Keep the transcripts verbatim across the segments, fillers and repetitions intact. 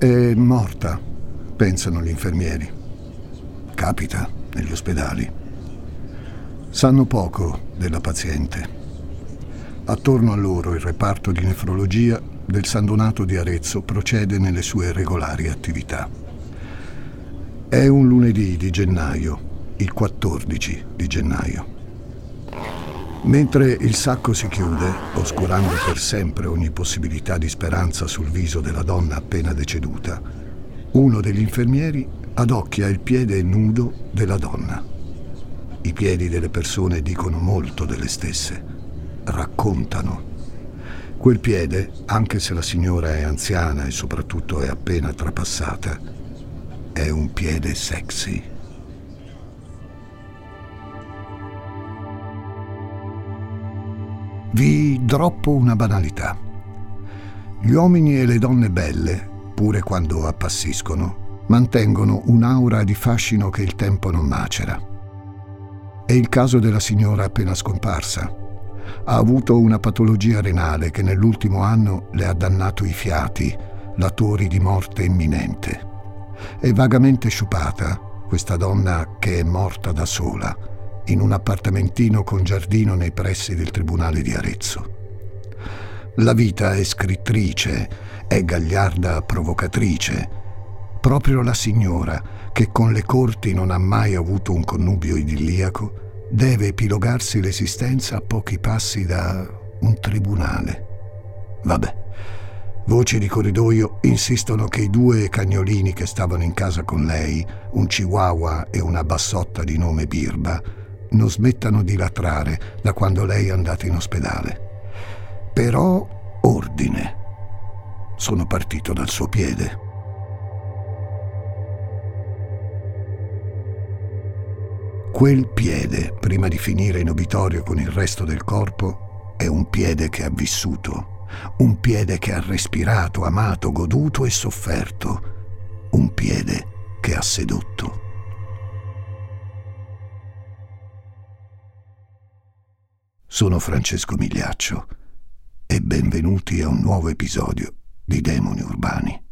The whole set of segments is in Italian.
È morta, pensano gli infermieri. Capita negli ospedali. Sanno poco della paziente. Attorno a loro il reparto di nefrologia del San Donato di Arezzo procede nelle sue regolari attività. È un lunedì di gennaio, il quattordici di gennaio. Mentre il sacco si chiude, oscurando per sempre ogni possibilità di speranza sul viso della donna appena deceduta, uno degli infermieri adocchia il piede nudo della donna. I piedi delle persone dicono molto delle stesse, raccontano. Quel piede, anche se la signora è anziana e soprattutto è appena trapassata, è un piede sexy. Vi droppo una banalità. Gli uomini e le donne belle, pure quando appassiscono, mantengono un'aura di fascino che il tempo non macera. È il caso della signora appena scomparsa. Ha avuto una patologia renale che nell'ultimo anno le ha dannato i fiati, l'atturi di morte imminente. È vagamente sciupata, questa donna che è morta da sola, in un appartamentino con giardino nei pressi del Tribunale di Arezzo. La vita è scrittrice, è gagliarda provocatrice. Proprio la signora, che con le corti non ha mai avuto un connubio idilliaco, deve epilogarsi l'esistenza a pochi passi da un tribunale. Vabbè, voci di corridoio insistono che i due cagnolini che stavano in casa con lei, un chihuahua e una bassotta di nome Birba, non smettano di latrare da quando lei è andata in ospedale. Però ordine. Sono partito dal suo piede. Quel piede, prima di finire in obitorio con il resto del corpo, è un piede che ha vissuto, un piede che ha respirato, amato, goduto e sofferto, un piede che ha sedotto. Sono Francesco Migliaccio e benvenuti a un nuovo episodio di Demoni Urbani.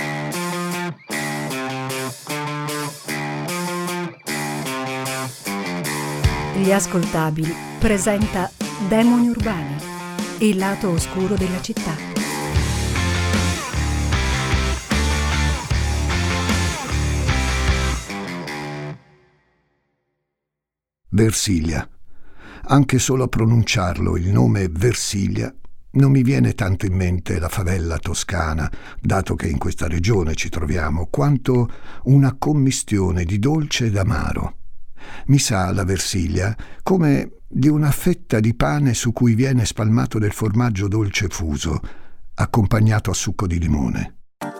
Gli Ascoltabili presenta Demoni Urbani, il lato oscuro della città. Versilia. Anche solo a pronunciarlo, il nome Versilia, non mi viene tanto in mente la favela toscana, dato che in questa regione ci troviamo, quanto una commistione di dolce ed amaro. Mi sa la Versilia come di una fetta di pane su cui viene spalmato del formaggio dolce fuso, accompagnato a succo di limone.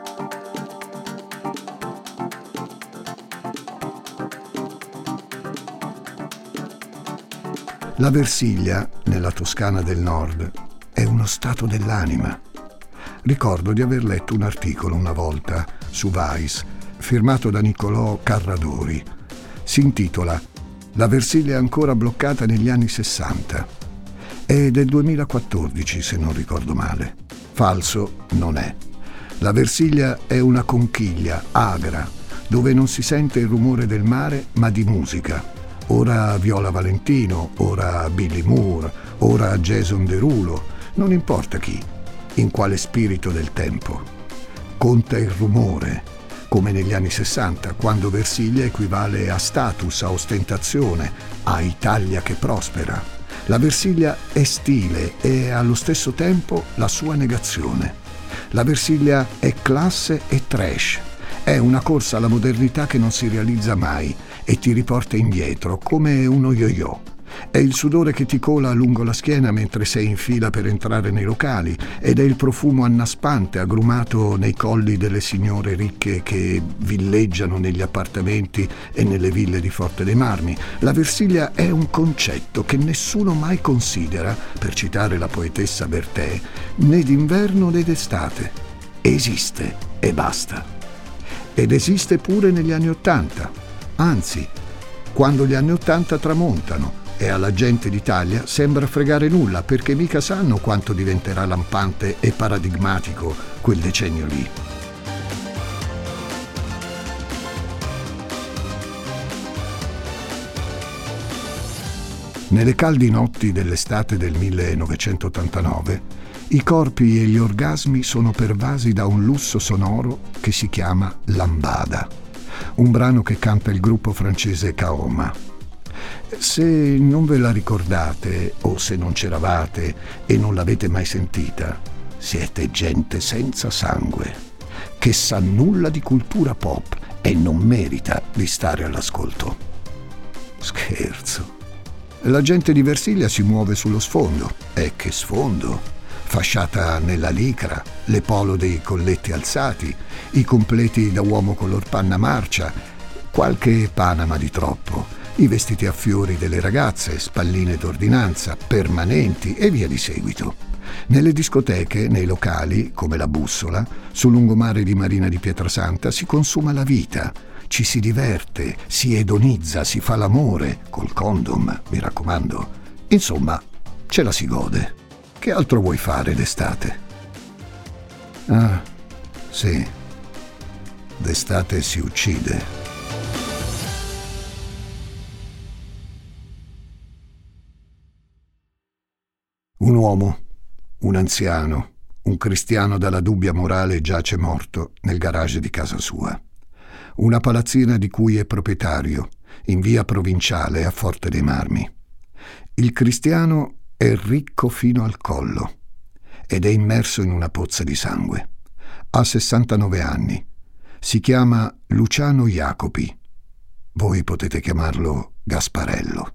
La Versilia, nella Toscana del Nord, è uno stato dell'anima. Ricordo di aver letto un articolo una volta su Vice, firmato da Niccolò Carradori. Si intitola La Versilia è ancora bloccata negli anni sessanta. È del duemilaquattordici, se non ricordo male. Falso non è. La Versilia è una conchiglia agra, dove non si sente il rumore del mare, ma di musica. Ora Viola Valentino, ora Billy Moore, ora Jason Derulo, non importa chi, in quale spirito del tempo. Conta il rumore, come negli anni sessanta, quando Versilia equivale a status, a ostentazione, a Italia che prospera. La Versilia è stile e allo stesso tempo la sua negazione. La Versilia è classe e trash. È una corsa alla modernità che non si realizza mai e ti riporta indietro come uno yo-yo. È il sudore che ti cola lungo la schiena mentre sei in fila per entrare nei locali ed è il profumo annaspante agrumato nei colli delle signore ricche che villeggiano negli appartamenti e nelle ville di Forte dei Marmi. La Versilia è un concetto che nessuno mai considera, per citare la poetessa Bertè, né d'inverno né d'estate. Esiste e basta. Ed esiste pure negli anni Ottanta. Anzi, quando gli anni Ottanta tramontano e alla gente d'Italia sembra fregare nulla perché mica sanno quanto diventerà lampante e paradigmatico quel decennio lì. Nelle caldi notti dell'estate del millenovecentottantanove, i corpi e gli orgasmi sono pervasi da un lusso sonoro che si chiama Lambada, un brano che canta il gruppo francese Kaoma. Se non ve la ricordate o se non c'eravate e non l'avete mai sentita, siete gente senza sangue, che sa nulla di cultura pop e non merita di stare all'ascolto. Scherzo. La gente di Versilia si muove sullo sfondo. E che sfondo! Fasciata nella licra, le polo dei colletti alzati, i completi da uomo color panna marcia, qualche panama di troppo, i vestiti a fiori delle ragazze, spalline d'ordinanza, permanenti e via di seguito. Nelle discoteche, nei locali, come la Bussola, sul lungomare di Marina di Pietrasanta si consuma la vita, ci si diverte, si edonizza, si fa l'amore, col condom, mi raccomando. Insomma, ce la si gode. Che altro vuoi fare d'estate? Ah, sì, d'estate si uccide. Un uomo, un anziano, un cristiano dalla dubbia morale giace morto nel garage di casa sua. Una palazzina di cui è proprietario, in via Provinciale a Forte dei Marmi. Il cristiano è ricco fino al collo ed è immerso in una pozza di sangue. Ha sessantanove anni. Si chiama Luciano Jacopi. Voi potete chiamarlo Gasparello.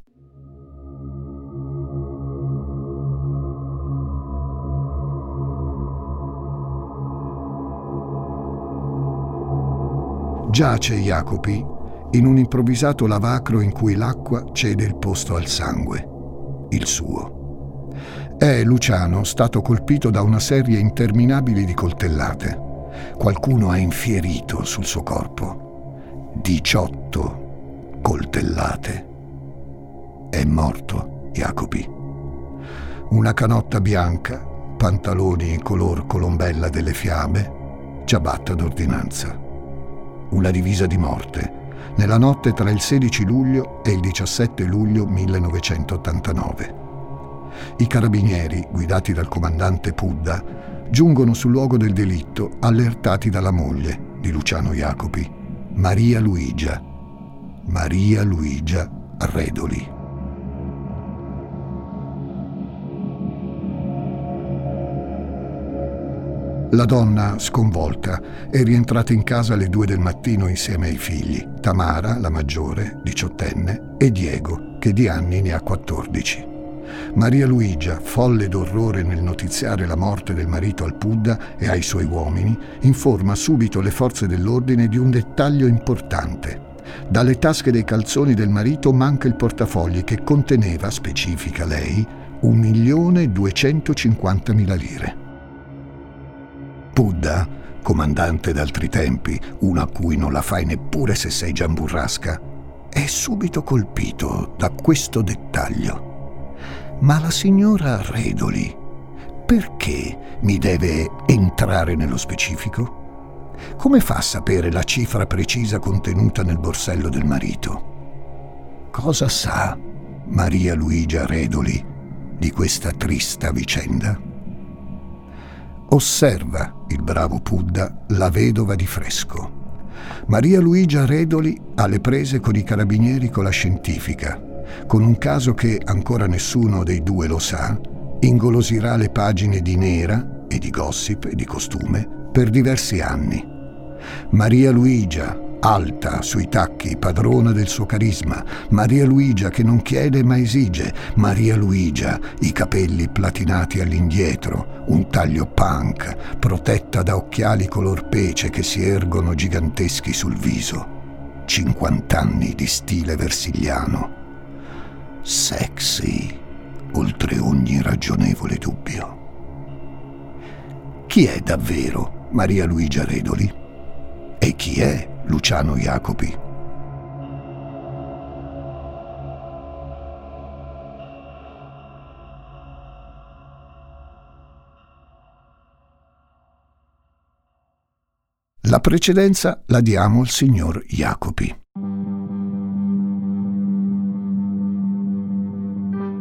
Giace Jacopi in un improvvisato lavacro in cui l'acqua cede il posto al sangue, il suo. È Luciano stato colpito da una serie interminabile di coltellate. Qualcuno ha infierito sul suo corpo. diciotto coltellate. È morto Jacopi. Una canotta bianca, pantaloni color colombella delle fiabe, ciabatta d'ordinanza. Una divisa di morte, nella notte tra il sedici luglio e il diciassette luglio millenovecentottantanove. I carabinieri, guidati dal comandante Pudda, giungono sul luogo del delitto allertati dalla moglie di Luciano Jacopi, Maria Luigia, Maria Luigia Redoli. La donna, sconvolta, è rientrata in casa alle due del mattino insieme ai figli, Tamara, la maggiore, diciottenne, e Diego, che di anni ne ha quattordici. Maria Luigia, folle d'orrore nel notiziare la morte del marito al Pudda e ai suoi uomini, informa subito le forze dell'ordine di un dettaglio importante. Dalle tasche dei calzoni del marito manca il portafogli che conteneva, specifica lei, un milione duecentocinquantamila lire. Pudda, comandante d'altri tempi, uno a cui non la fai neppure se sei giamburrasca, è subito colpito da questo dettaglio. Ma la signora Redoli, perché mi deve entrare nello specifico? Come fa a sapere la cifra precisa contenuta nel borsello del marito? Cosa sa Maria Luigia Redoli di questa trista vicenda? Osserva il bravo Pudda la vedova di fresco. Maria Luigia Redoli alle prese con i carabinieri con la scientifica, con un caso che ancora nessuno dei due lo sa, ingolosirà le pagine di Nera e di Gossip e di Costume per diversi anni. Maria Luigia, alta sui tacchi, padrona del suo carisma, Maria Luigia che non chiede ma esige, Maria Luigia, i capelli platinati all'indietro, un taglio punk, protetta da occhiali color pece che si ergono giganteschi sul viso, cinquant'anni di stile versiliano, sexy oltre ogni ragionevole dubbio. Chi è davvero Maria Luigia Redoli? E chi è Luciano Jacopi? La precedenza la diamo al signor Jacopi.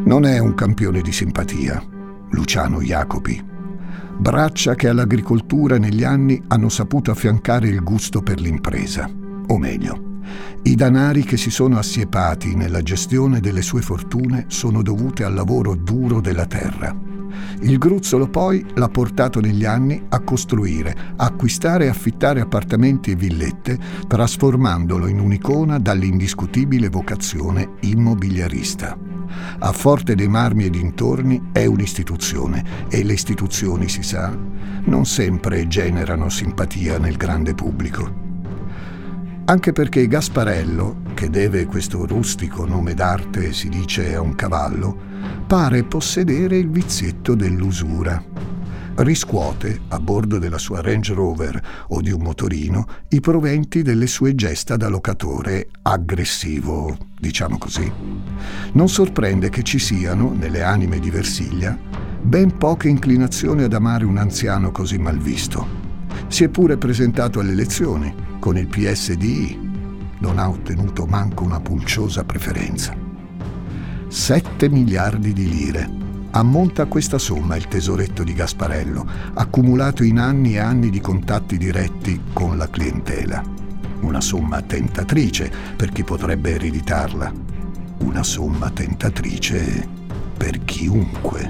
Non è un campione di simpatia, Luciano Jacopi. Braccia che all'agricoltura negli anni hanno saputo affiancare il gusto per l'impresa. O meglio, i danari che si sono assiepati nella gestione delle sue fortune sono dovute al lavoro duro della terra. Il gruzzolo poi l'ha portato negli anni a costruire, acquistare e affittare appartamenti e villette, trasformandolo in un'icona dall'indiscutibile vocazione immobiliarista. A Forte dei Marmi e dintorni è un'istituzione e le istituzioni, si sa, non sempre generano simpatia nel grande pubblico. Anche perché Gasparello, che deve questo rustico nome d'arte, si dice, a un cavallo, pare possedere il vizietto dell'usura. Riscuote, a bordo della sua Range Rover o di un motorino, i proventi delle sue gesta da locatore aggressivo, diciamo così. Non sorprende che ci siano, nelle anime di Versiglia, ben poche inclinazioni ad amare un anziano così malvisto. Si è pure presentato alle elezioni con il P S D I. Non ha ottenuto manco una pulciosa preferenza. Sette miliardi di lire. Ammonta a questa somma il tesoretto di Gasparello, accumulato in anni e anni di contatti diretti con la clientela. Una somma tentatrice per chi potrebbe ereditarla. Una somma tentatrice per chiunque.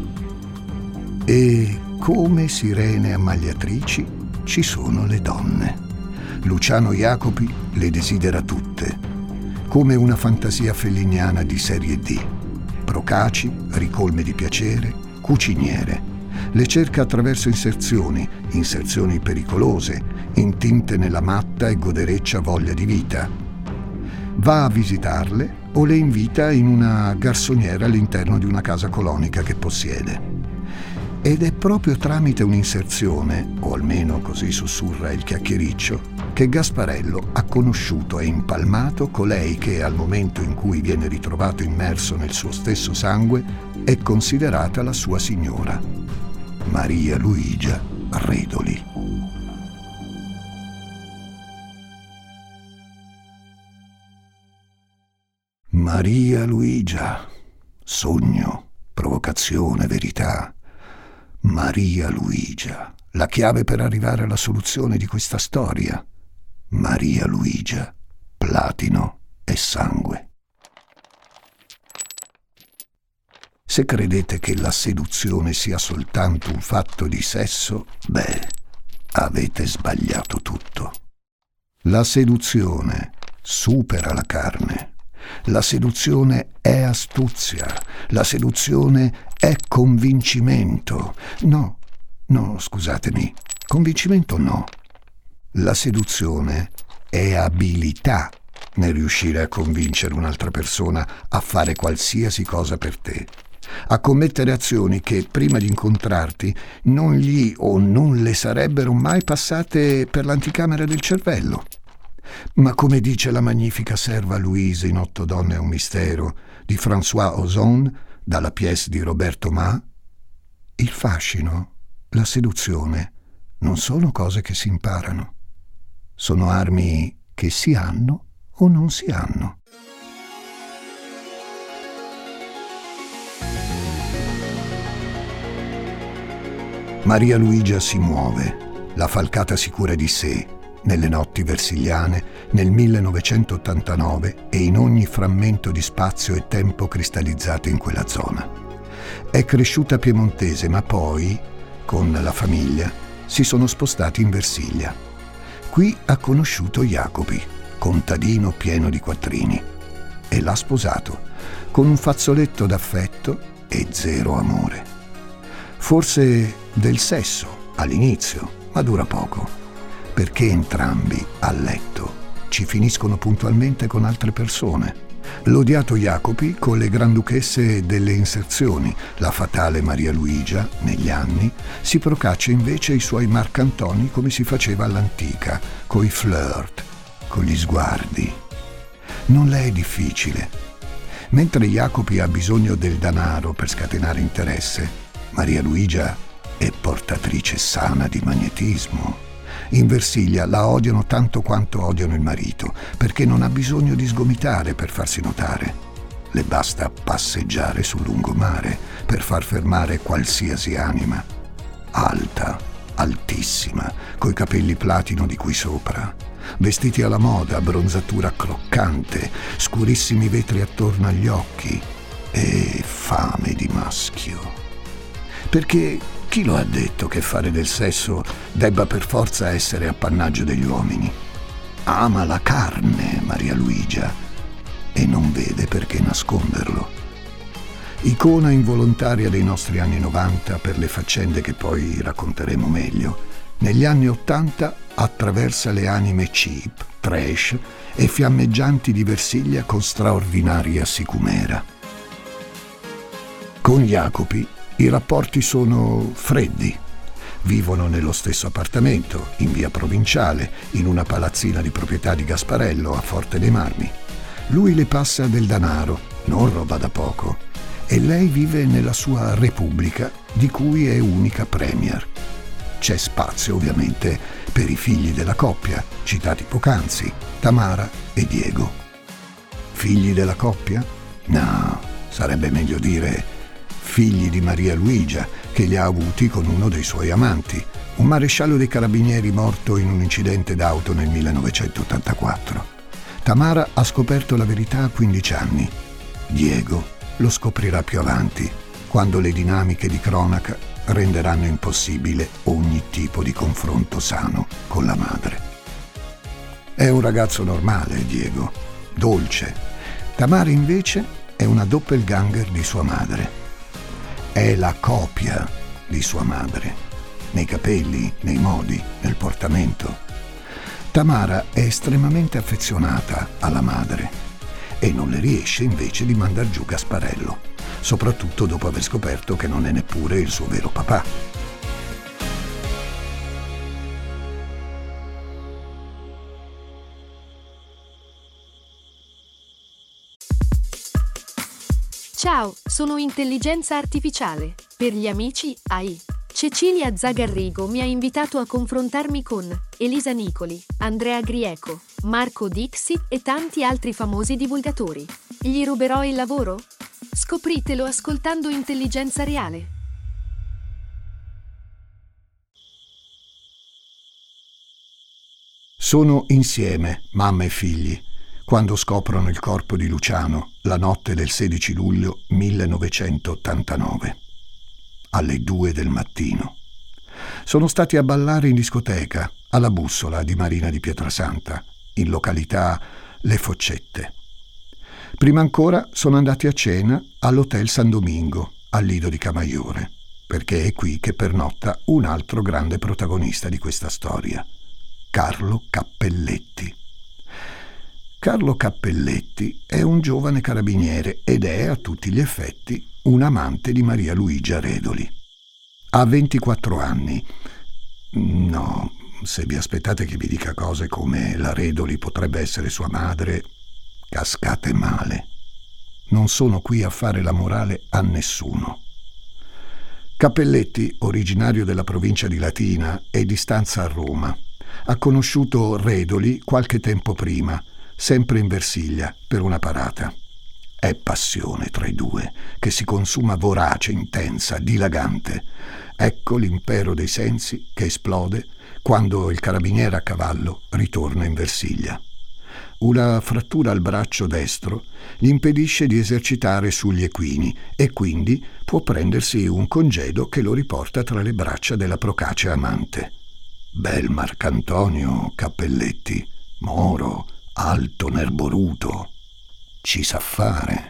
E come sirene ammagliatrici ci sono le donne. Luciano Jacopi le desidera tutte, come una fantasia felliniana di serie D. Procaci, ricolme di piacere, cuciniere. Le cerca attraverso inserzioni, inserzioni pericolose, intinte nella matta e godereccia voglia di vita. Va a visitarle o le invita in una garsoniera all'interno di una casa colonica che possiede. Ed è proprio tramite un'inserzione, o almeno così sussurra il chiacchiericcio, che Gasparello ha conosciuto e impalmato colei che, al momento in cui viene ritrovato immerso nel suo stesso sangue, è considerata la sua signora, Maria Luigia Redoli. Maria Luigia, sogno, provocazione, verità. Maria Luigia, la chiave per arrivare alla soluzione di questa storia. Maria Luigia, platino e sangue. Se credete che la seduzione sia soltanto un fatto di sesso, beh, avete sbagliato tutto. La seduzione supera la carne. La seduzione è astuzia, la seduzione è convincimento. No, no, scusatemi, convincimento no. La seduzione è abilità nel riuscire a convincere un'altra persona a fare qualsiasi cosa per te, a commettere azioni che prima di incontrarti non gli o non le sarebbero mai passate per l'anticamera del cervello. Ma come dice la magnifica serva Louise in Otto donne e un mistero di François Ozon, dalla pièce di Roberto Ma, il fascino, la seduzione non sono cose che si imparano, sono armi che si hanno o non si hanno. Maria Luigia si muove, la falcata sicura di sé, nelle notti versigliane, nel millenovecentottantanove e in ogni frammento di spazio e tempo cristallizzato in quella zona. È cresciuta piemontese, ma poi, con la famiglia, si sono spostati in Versiglia. Qui ha conosciuto Jacopi, contadino pieno di quattrini, e l'ha sposato, con un fazzoletto d'affetto e zero amore. Forse del sesso all'inizio, ma dura poco, perché entrambi a letto ci finiscono puntualmente con altre persone. L'odiato Jacopi con le granduchesse delle inserzioni, la fatale Maria Luigia, negli anni, si procaccia invece i suoi marcantoni come si faceva all'antica, coi flirt, con gli sguardi. Non le è difficile. Mentre Jacopi ha bisogno del denaro per scatenare interesse, Maria Luigia è portatrice sana di magnetismo. In Versiglia la odiano tanto quanto odiano il marito, perché non ha bisogno di sgomitare per farsi notare. le basta passeggiare sul lungomare per far fermare qualsiasi anima. Alta, altissima, coi capelli platino di qui sopra, vestiti alla moda, bronzatura croccante, scurissimi vetri attorno agli occhi e fame di maschio. Perché chi lo ha detto che fare del sesso debba per forza essere appannaggio degli uomini? Ama la carne, Maria Luigia, e non vede perché nasconderlo. Icona involontaria dei nostri anni novanta per le faccende che poi racconteremo meglio, negli anni ottanta attraversa le anime cheap, trash e fiammeggianti di Versiglia con straordinaria sicumera. Con Jacopi i rapporti sono freddi. Vivono nello stesso appartamento, in via Provinciale, in una palazzina di proprietà di Gasparello a Forte dei Marmi. Lui le passa del denaro, non roba da poco, e lei vive nella sua repubblica, di cui è unica premier. C'è spazio, ovviamente, per i figli della coppia, citati poc'anzi, Tamara e Diego. Figli della coppia? No, sarebbe meglio dire figli di Maria Luigia, che li ha avuti con uno dei suoi amanti, un maresciallo dei carabinieri morto in un incidente d'auto nel millenovecentottantaquattro. Tamara ha scoperto la verità a quindici anni. Diego lo scoprirà più avanti, quando le dinamiche di cronaca renderanno impossibile ogni tipo di confronto sano con la madre. È un ragazzo normale, Diego, dolce. Tamara invece è una doppelganger di sua madre. È la copia di sua madre, nei capelli, nei modi, nel portamento. Tamara è estremamente affezionata alla madre e non le riesce invece di mandar giù Gasparello, soprattutto dopo aver scoperto che non è neppure il suo vero papà. Ciao, sono intelligenza artificiale. Per gli amici A I. Cecilia Zagarrigo mi ha invitato a confrontarmi con Elisa Nicoli, Andrea Grieco, Marco Dixit e tanti altri famosi divulgatori. Gli ruberò il lavoro? Scopritelo ascoltando Intelligenza Reale. Sono insieme, mamma e figli, quando scoprono il corpo di Luciano la notte del sedici luglio millenovecentottantanove, alle due del mattino. Sono stati a ballare in discoteca, alla Bussola di Marina di Pietrasanta, in località Le Foccette. Prima ancora sono andati a cena all'Hotel San Domingo, al Lido di Camaiore, perché è qui che pernotta un altro grande protagonista di questa storia, Carlo Cappelletti. Carlo Cappelletti è un giovane carabiniere ed è, a tutti gli effetti, un amante di Maria Luigia Redoli. Ha ventiquattro anni. No, se vi aspettate che vi dica cose come la Redoli potrebbe essere sua madre, cascate male. Non sono qui a fare la morale a nessuno. Cappelletti, originario della provincia di Latina e di stanza a Roma, ha conosciuto Redoli qualche tempo prima, sempre in Versiglia, per una parata. È passione tra i due, che si consuma vorace, intensa, dilagante. Ecco l'impero dei sensi che esplode quando il carabiniere a cavallo ritorna in Versiglia. Una frattura al braccio destro gli impedisce di esercitare sugli equini e quindi può prendersi un congedo che lo riporta tra le braccia della procace amante. Bel Marcantonio Cappelletti, moro, alto, nerboruto, ci sa fare.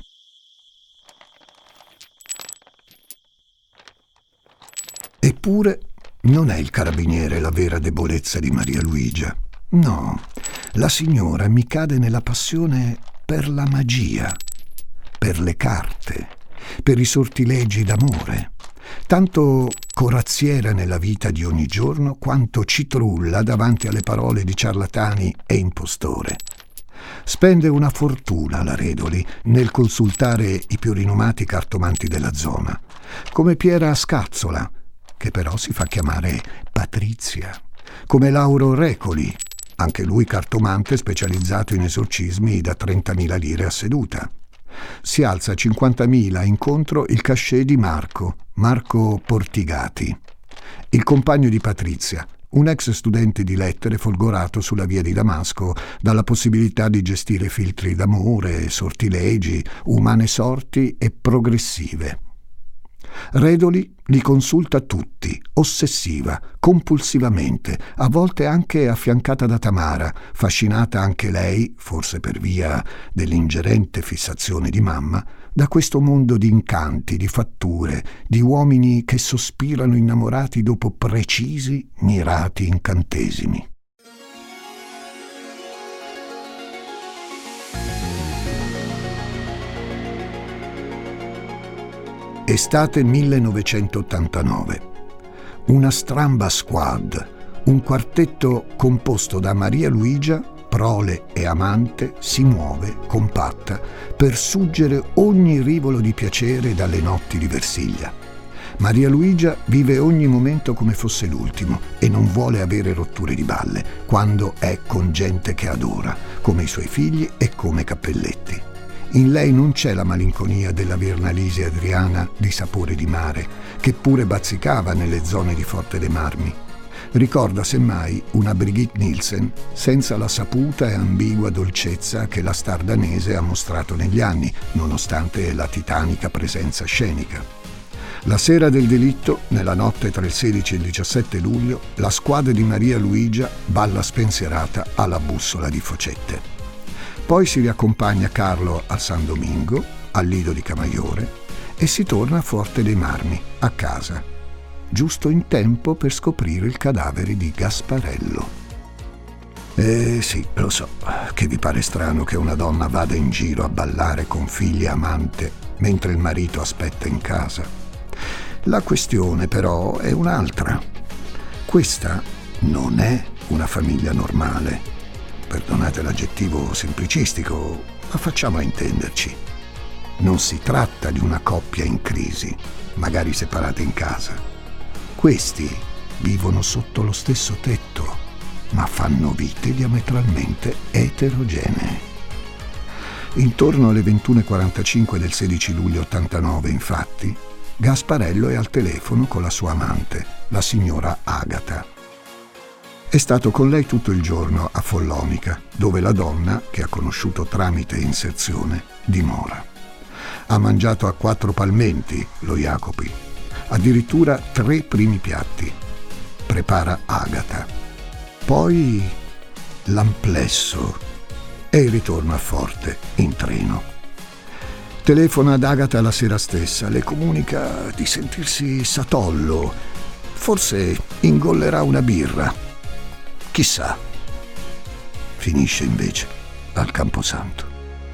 Eppure non è il carabiniere la vera debolezza di Maria Luigia. No, la signora mi cade nella passione per la magia, per le carte, per i sortilegi d'amore. Tanto corazziera nella vita di ogni giorno quanto citrulla davanti alle parole di ciarlatani e impostore. Spende una fortuna la Redoli nel consultare i più rinomati cartomanti della zona, come Piera Scazzola, che però si fa chiamare Patrizia, come Lauro Recoli, anche lui cartomante specializzato in esorcismi da trentamila lire a seduta. si alza a cinquantamila incontro il cachet di Marco, Marco Portigati, il compagno di Patrizia, un ex studente di lettere folgorato sulla via di Damasco dalla possibilità di gestire filtri d'amore, sortilegi, umane sorti e progressive. Redoli li consulta tutti, ossessiva, compulsivamente, a volte anche affiancata da Tamara, fascinata anche lei, forse per via dell'ingerente fissazione di mamma, da questo mondo di incanti, di fatture, di uomini che sospirano innamorati dopo precisi, mirati incantesimi. Estate millenovecentottantanove. Una stramba squad, un quartetto composto da Maria Luigia, prole e amante, si muove, compatta, per suggere ogni rivolo di piacere dalle notti di Versiglia. Maria Luigia vive ogni momento come fosse l'ultimo e non vuole avere rotture di balle, quando è con gente che adora, come i suoi figli e come Cappelletti. In lei non c'è la malinconia della Virnalisi Adriana di Sapore di mare, che pure bazzicava nelle zone di Forte dei Marmi. Ricorda semmai una Brigitte Nielsen senza la saputa e ambigua dolcezza che la star danese ha mostrato negli anni, nonostante la titanica presenza scenica. La sera del delitto, nella notte tra il sedici e il diciassette luglio, la squadra di Maria Luigia balla spensierata alla bussola di Focette. Poi si riaccompagna Carlo al San Domingo, al Lido di Camaiore, e si torna a Forte dei Marmi, a casa, giusto in tempo per scoprire il cadavere di Gasparello. Eh sì, lo so, che vi pare strano che una donna vada in giro a ballare con figli e amante mentre il marito aspetta in casa. La questione però è un'altra. Questa non è una famiglia normale. Perdonate l'aggettivo semplicistico, ma facciamo a intenderci. Non si tratta di una coppia in crisi, magari separate in casa. Questi vivono sotto lo stesso tetto, ma fanno vite diametralmente eterogenee. Intorno alle ventuno e quarantacinque del sedici luglio ottantanove, infatti, Gasparello è al telefono con la sua amante, la signora Agata. È stato con lei tutto il giorno a Follonica, dove la donna, che ha conosciuto tramite inserzione, dimora. Ha mangiato a quattro palmenti, lo Jacopi, addirittura tre primi piatti. Prepara Agata. Poi l'amplesso e il ritorno a Forte in treno. Telefona ad Agata la sera stessa, le comunica di sentirsi satollo. Forse ingollerà una birra. Chissà. Finisce invece al Camposanto.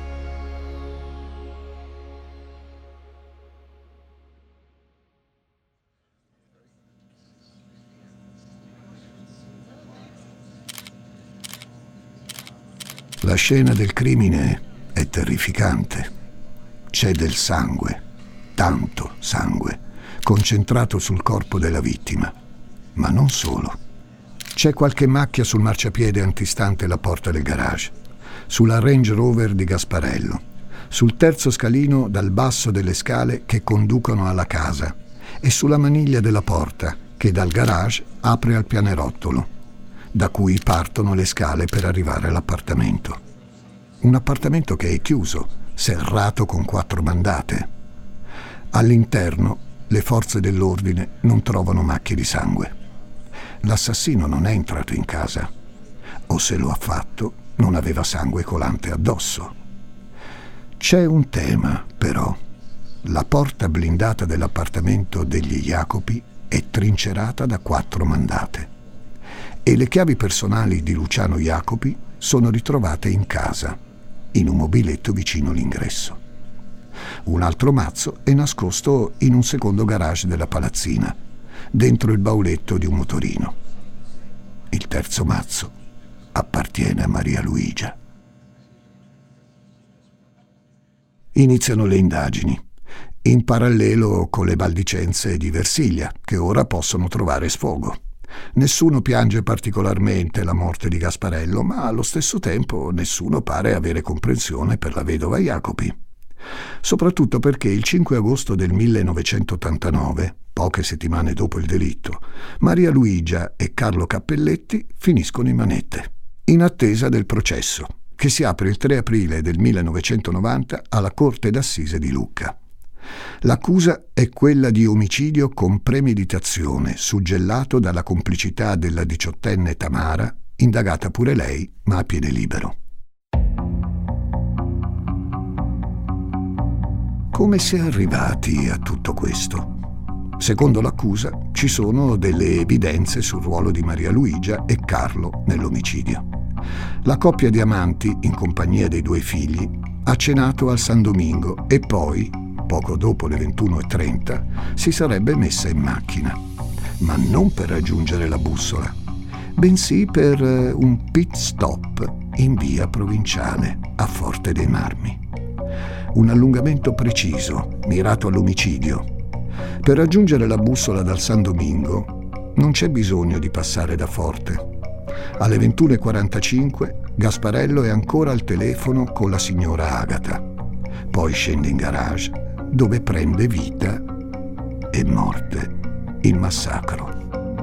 La scena del crimine è terrificante. C'è del sangue, tanto sangue, concentrato sul corpo della vittima, ma non solo. C'è qualche macchia sul marciapiede antistante la porta del garage, sulla Range Rover di Gasparello, sul terzo scalino dal basso delle scale che conducono alla casa e sulla maniglia della porta che dal garage apre al pianerottolo, da cui partono le scale per arrivare all'appartamento. Un appartamento che è chiuso, serrato con quattro mandate. All'interno le forze dell'ordine non trovano macchie di sangue. L'assassino non è entrato in casa, o se lo ha fatto non aveva sangue colante addosso. C'è un tema, però. La porta blindata dell'appartamento degli Jacopi è trincerata da quattro mandate e le chiavi personali di Luciano Jacopi sono ritrovate in casa, in un mobiletto vicino l'ingresso. Un altro mazzo è nascosto in un secondo garage della palazzina, dentro il bauletto di un motorino. Il terzo mazzo appartiene a Maria Luigia. Iniziano le indagini, in parallelo con le maldicenze di Versiglia, che ora possono trovare sfogo. Nessuno piange particolarmente la morte di Gasparello, ma allo stesso tempo nessuno pare avere comprensione per la vedova Jacopi. soprattutto perché il cinque agosto del millenovecentottantanove, poche settimane dopo il delitto, Maria Luigia e Carlo Cappelletti finiscono in manette, in attesa del processo, che si apre il tre aprile del millenovecentonovanta alla Corte d'Assise di Lucca. L'accusa è quella di omicidio con premeditazione, suggellato dalla complicità della diciottenne Tamara, indagata pure lei, ma a piede libero. Come si è arrivati a tutto questo? Secondo l'accusa, ci sono delle evidenze sul ruolo di Maria Luigia e Carlo nell'omicidio. La coppia di amanti, in compagnia dei due figli, ha cenato al San Domingo e poi, poco dopo le ventuno e trenta, si sarebbe messa in macchina, ma non per raggiungere la bussola, bensì per un pit stop in via Provinciale a Forte dei Marmi. Un allungamento preciso, mirato all'omicidio. Per raggiungere la bussola dal San Domingo non c'è bisogno di passare da Forte. Alle ventuno e quarantacinque Gasparello è ancora al telefono con la signora Agata. Poi scende in garage, dove prende vita e morte il massacro.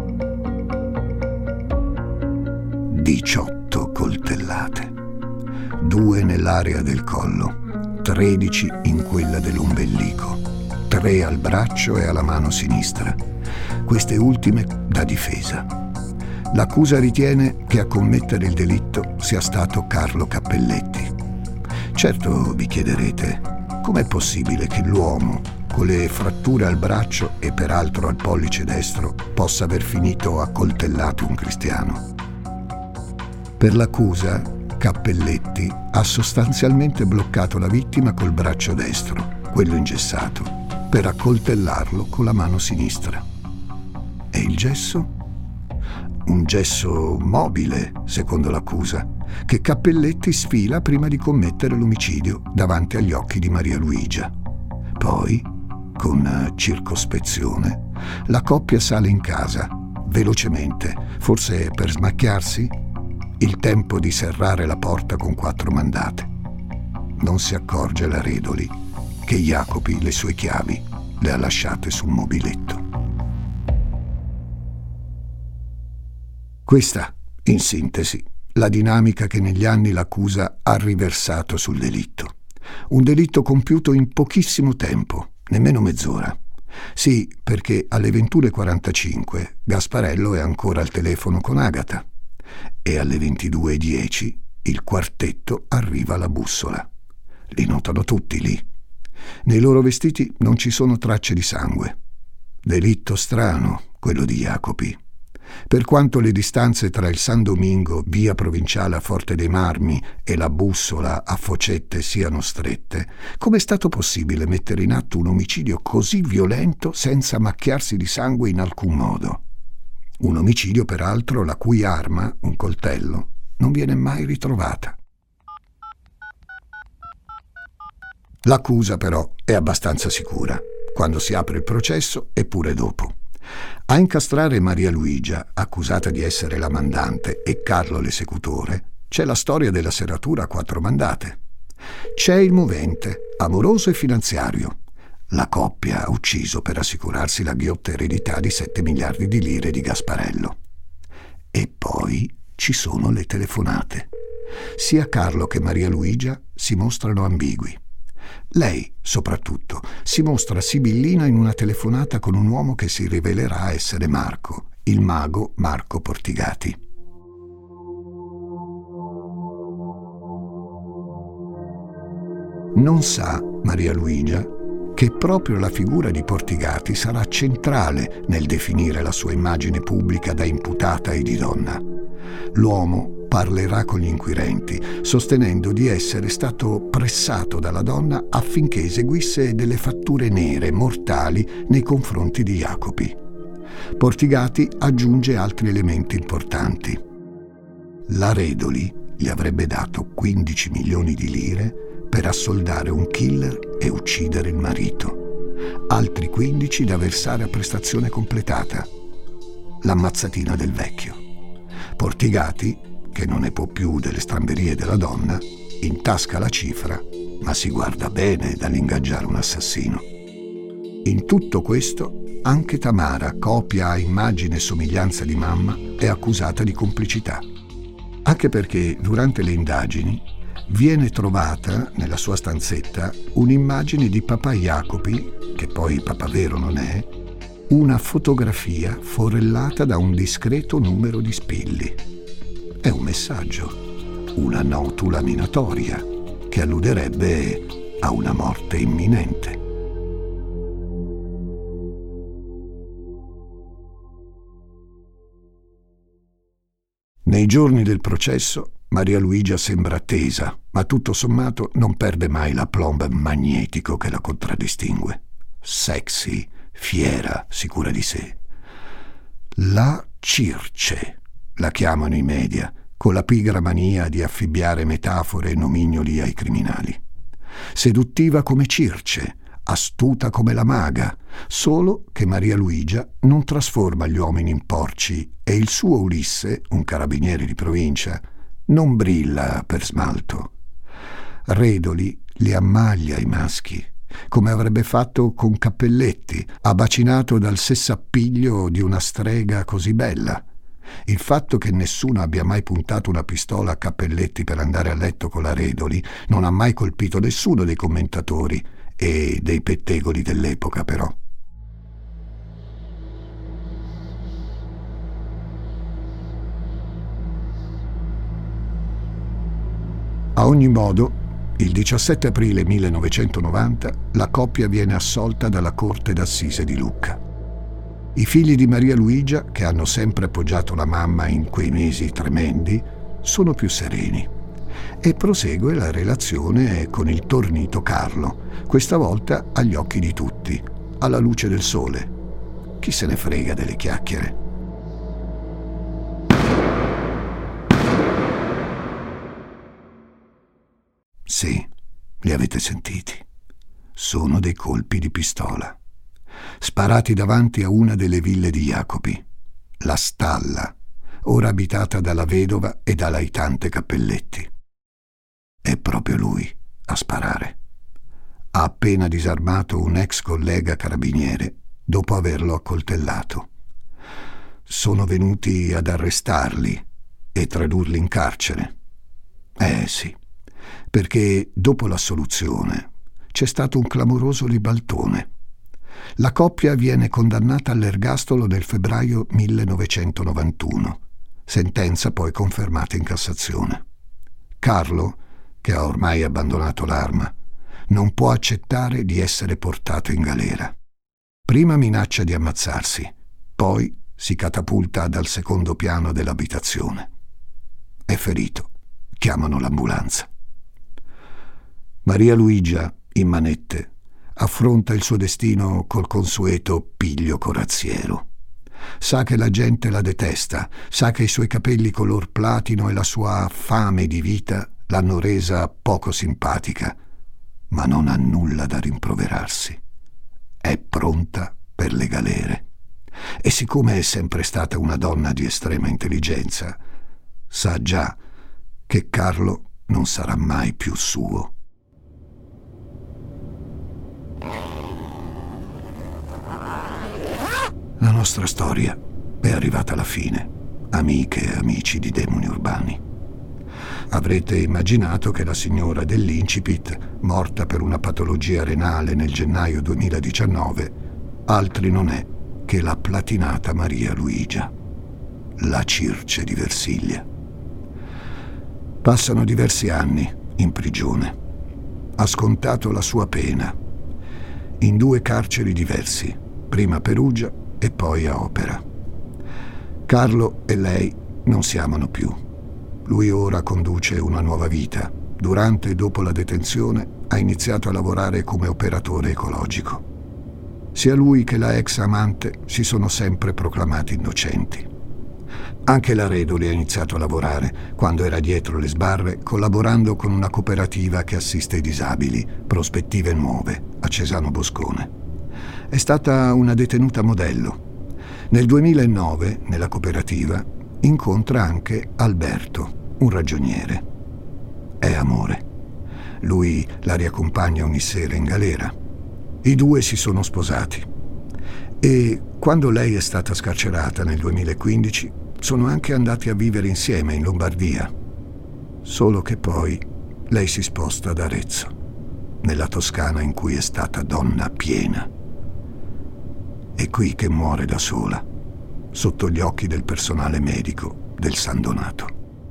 diciotto coltellate, due nell'area del collo, tredici in quella dell'ombelico, tre al braccio e alla mano sinistra, queste ultime da difesa. L'accusa ritiene che a commettere il delitto sia stato Carlo Cappelletti. Certo, vi chiederete, com'è possibile che l'uomo, con le fratture al braccio e peraltro al pollice destro, possa aver finito accoltellato un cristiano? Per l'accusa, Cappelletti ha sostanzialmente bloccato la vittima col braccio destro, quello ingessato, per accoltellarlo con la mano sinistra. E il gesso? Un gesso mobile, secondo l'accusa, che Cappelletti sfila prima di commettere l'omicidio davanti agli occhi di Maria Luigia. Poi, con circospezione, la coppia sale in casa, velocemente, forse per smacchiarsi, il tempo di serrare la porta con quattro mandate. Non si accorge la Redoli che Jacopi le sue chiavi le ha lasciate sul mobiletto. Questa, in sintesi, la dinamica che negli anni l'accusa ha riversato sul delitto. Un delitto compiuto in pochissimo tempo, nemmeno mezz'ora. Sì, perché alle ventuno e quarantacinque Gasparello è ancora al telefono con Agata e alle ventidue e dieci il quartetto arriva alla bussola. Li notano tutti lì. Nei loro vestiti non ci sono tracce di sangue. Delitto strano, quello di Jacopi. Per quanto le distanze tra il San Domingo, via Provinciale a Forte dei Marmi, e la bussola a Focette siano strette, com'è stato possibile mettere in atto un omicidio così violento senza macchiarsi di sangue in alcun modo? Un omicidio, peraltro, la cui arma, un coltello, non viene mai ritrovata. L'accusa, però, è abbastanza sicura, quando si apre il processo e pure dopo. A incastrare Maria Luigia, accusata di essere la mandante, e Carlo l'esecutore, c'è la storia della serratura a quattro mandate. C'è il movente, amoroso e finanziario. La coppia ha ucciso per assicurarsi la ghiotta eredità di sette miliardi di lire di Gasparello. E poi ci sono le telefonate. Sia Carlo che Maria Luigia si mostrano ambigui. Lei, soprattutto, si mostra sibillina in una telefonata con un uomo che si rivelerà essere Marco, il mago Marco Portigati. Non sa Maria Luigia che proprio la figura di Portigati sarà centrale nel definire la sua immagine pubblica da imputata e di donna. L'uomo parlerà con gli inquirenti, sostenendo di essere stato pressato dalla donna affinché eseguisse delle fatture nere, mortali, nei confronti di Jacopi. Portigati aggiunge altri elementi importanti. La Redoli gli avrebbe dato quindici milioni di lire per assoldare un killer e uccidere il marito. Altri quindici da versare a prestazione completata. L'ammazzatina del vecchio. Portigati, che non ne può più delle stramberie della donna, intasca la cifra ma si guarda bene dall'ingaggiare un assassino. In tutto questo, anche Tamara, copia a immagine e somiglianza di mamma, è accusata di complicità. Anche perché durante le indagini viene trovata nella sua stanzetta un'immagine di papà Jacopi, che poi papà vero non è, una fotografia forellata da un discreto numero di spilli. È un messaggio, una notula minatoria, che alluderebbe a una morte imminente. Nei giorni del processo, Maria Luigia sembra tesa, ma tutto sommato non perde mai l'aplomb magnetico che la contraddistingue. Sexy, fiera, sicura di sé. La Circe, la chiamano i media, con la pigra mania di affibbiare metafore e nomignoli ai criminali. Seduttiva come Circe, astuta come la maga, solo che Maria Luigia non trasforma gli uomini in porci e il suo Ulisse, un carabiniere di provincia, non brilla per smalto. Redoli li ammaglia i maschi, come avrebbe fatto con Cappelletti, abbacinato dal sessappiglio di una strega così bella. Il fatto che nessuno abbia mai puntato una pistola a Cappelletti per andare a letto con la Redoli non ha mai colpito nessuno dei commentatori e dei pettegoli dell'epoca, però. A ogni modo, il diciassette aprile millenovecentonovanta la coppia viene assolta dalla Corte d'Assise di Lucca. I figli di Maria Luigia, che hanno sempre appoggiato la mamma in quei mesi tremendi, sono più sereni. E prosegue la relazione con il tornito Carlo, questa volta agli occhi di tutti, alla luce del sole. Chi se ne frega delle chiacchiere? Sì, li avete sentiti. Sono dei colpi di pistola, sparati davanti a una delle ville di Jacopi, la Stalla, ora abitata dalla vedova e da laitante Cappelletti. È proprio lui a sparare. Ha appena disarmato un ex collega carabiniere dopo averlo accoltellato. Sono venuti ad arrestarli e tradurli in carcere. Eh sì, perché dopo l'assoluzione c'è stato un clamoroso ribaltone. La coppia viene condannata all'ergastolo nel febbraio millenovecentonovantuno, sentenza poi confermata in Cassazione. Carlo, che ha ormai abbandonato l'arma, non può accettare di essere portato in galera. Prima minaccia di ammazzarsi, poi si catapulta dal secondo piano dell'abitazione. È ferito. Chiamano l'ambulanza. Maria Luigia, in manette, affronta il suo destino col consueto piglio corazziero. Sa che la gente la detesta, sa che i suoi capelli color platino e la sua fame di vita l'hanno resa poco simpatica, ma non ha nulla da rimproverarsi. È pronta per le galere. E siccome è sempre stata una donna di estrema intelligenza, sa già che Carlo non sarà mai più suo. La nostra storia è arrivata alla fine, amiche e amici di Demoni Urbani. Avrete immaginato che la signora dell'incipit, morta per una patologia renale nel gennaio duemiladiciannove, altri non è che la platinata Maria Luigia, la Circe di Versiglia. Passano diversi anni in prigione. Ha scontato la sua pena in due carceri diversi, prima a Perugia e poi a Opera. Carlo e lei non si amano più. Lui ora conduce una nuova vita. Durante e dopo la detenzione ha iniziato a lavorare come operatore ecologico. Sia lui che la ex amante si sono sempre proclamati innocenti. Anche la Redoli ha iniziato a lavorare quando era dietro le sbarre, collaborando con una cooperativa che assiste i disabili, Prospettive Nuove, a Cesano Boscone. È stata una detenuta modello. Nel duemilanove, nella cooperativa, incontra anche Alberto, un ragioniere. È amore. Lui la riaccompagna ogni sera in galera. I due si sono sposati e quando lei è stata scarcerata nel duemilaquindici sono anche andati a vivere insieme in Lombardia. Solo che poi lei si sposta ad Arezzo, nella Toscana in cui è stata donna piena. È qui che muore da sola, sotto gli occhi del personale medico del San Donato.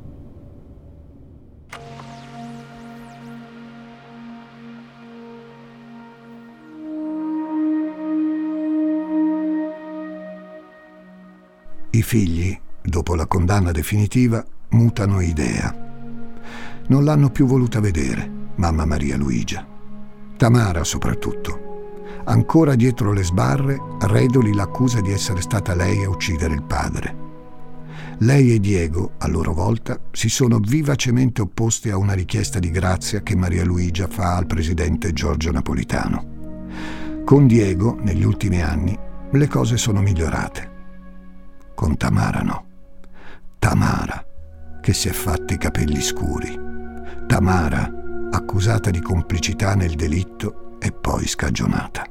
I figli, dopo la condanna definitiva, mutano idea. Non l'hanno più voluta vedere, mamma Maria Luigia. Tamara soprattutto. Ancora dietro le sbarre, Redoli l'accusa di essere stata lei a uccidere il padre. Lei e Diego, a loro volta, si sono vivacemente opposti a una richiesta di grazia che Maria Luigia fa al presidente Giorgio Napolitano. Con Diego, negli ultimi anni, le cose sono migliorate. Con Tamara no. Tamara, che si è fatta i capelli scuri. Tamara, accusata di complicità nel delitto e poi scagionata.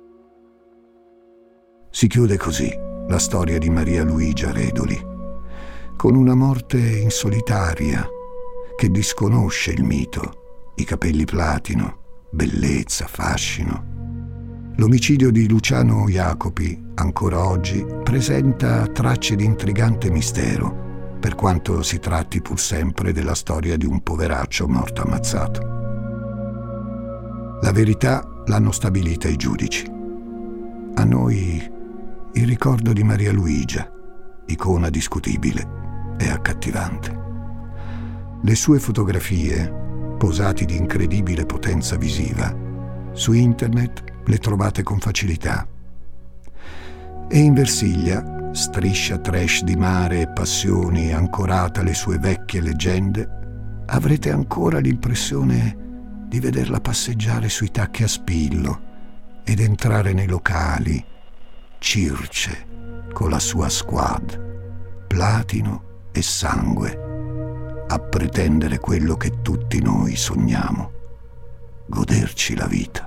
Si chiude così la storia di Maria Luigia Redoli, con una morte insolitaria che disconosce il mito, i capelli platino, bellezza, fascino. L'omicidio di Luciano Jacopi, ancora oggi, presenta tracce di intrigante mistero, per quanto si tratti pur sempre della storia di un poveraccio morto ammazzato. La verità l'hanno stabilita i giudici. A noi il ricordo di Maria Luigia, icona discutibile e accattivante. Le sue fotografie, posati di incredibile potenza visiva, su internet le trovate con facilità. E in Versilia, striscia trash di mare e passioni ancorata alle sue vecchie leggende, avrete ancora l'impressione di vederla passeggiare sui tacchi a spillo ed entrare nei locali, Circe, con la sua squad, platino e sangue, a pretendere quello che tutti noi sogniamo, goderci la vita.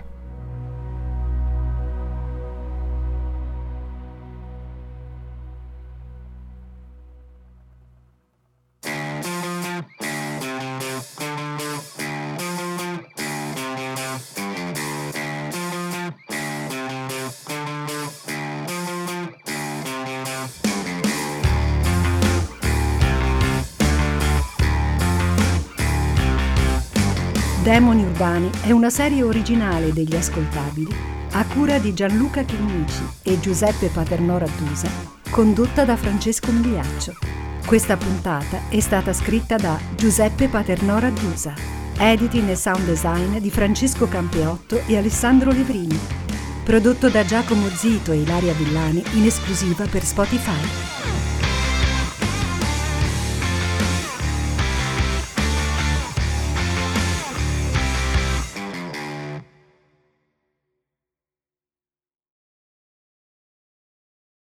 Demoni Urbani è una serie originale degli Ascoltabili a cura di Gianluca Chinnici e Giuseppe Paternò Raddusa, condotta da Francesco Migliaccio. Questa puntata è stata scritta da Giuseppe Paternò Raddusa, editing e sound design di Francesco Campeotto e Alessandro Levrini, prodotto da Giacomo Zito e Ilaria Villani in esclusiva per Spotify.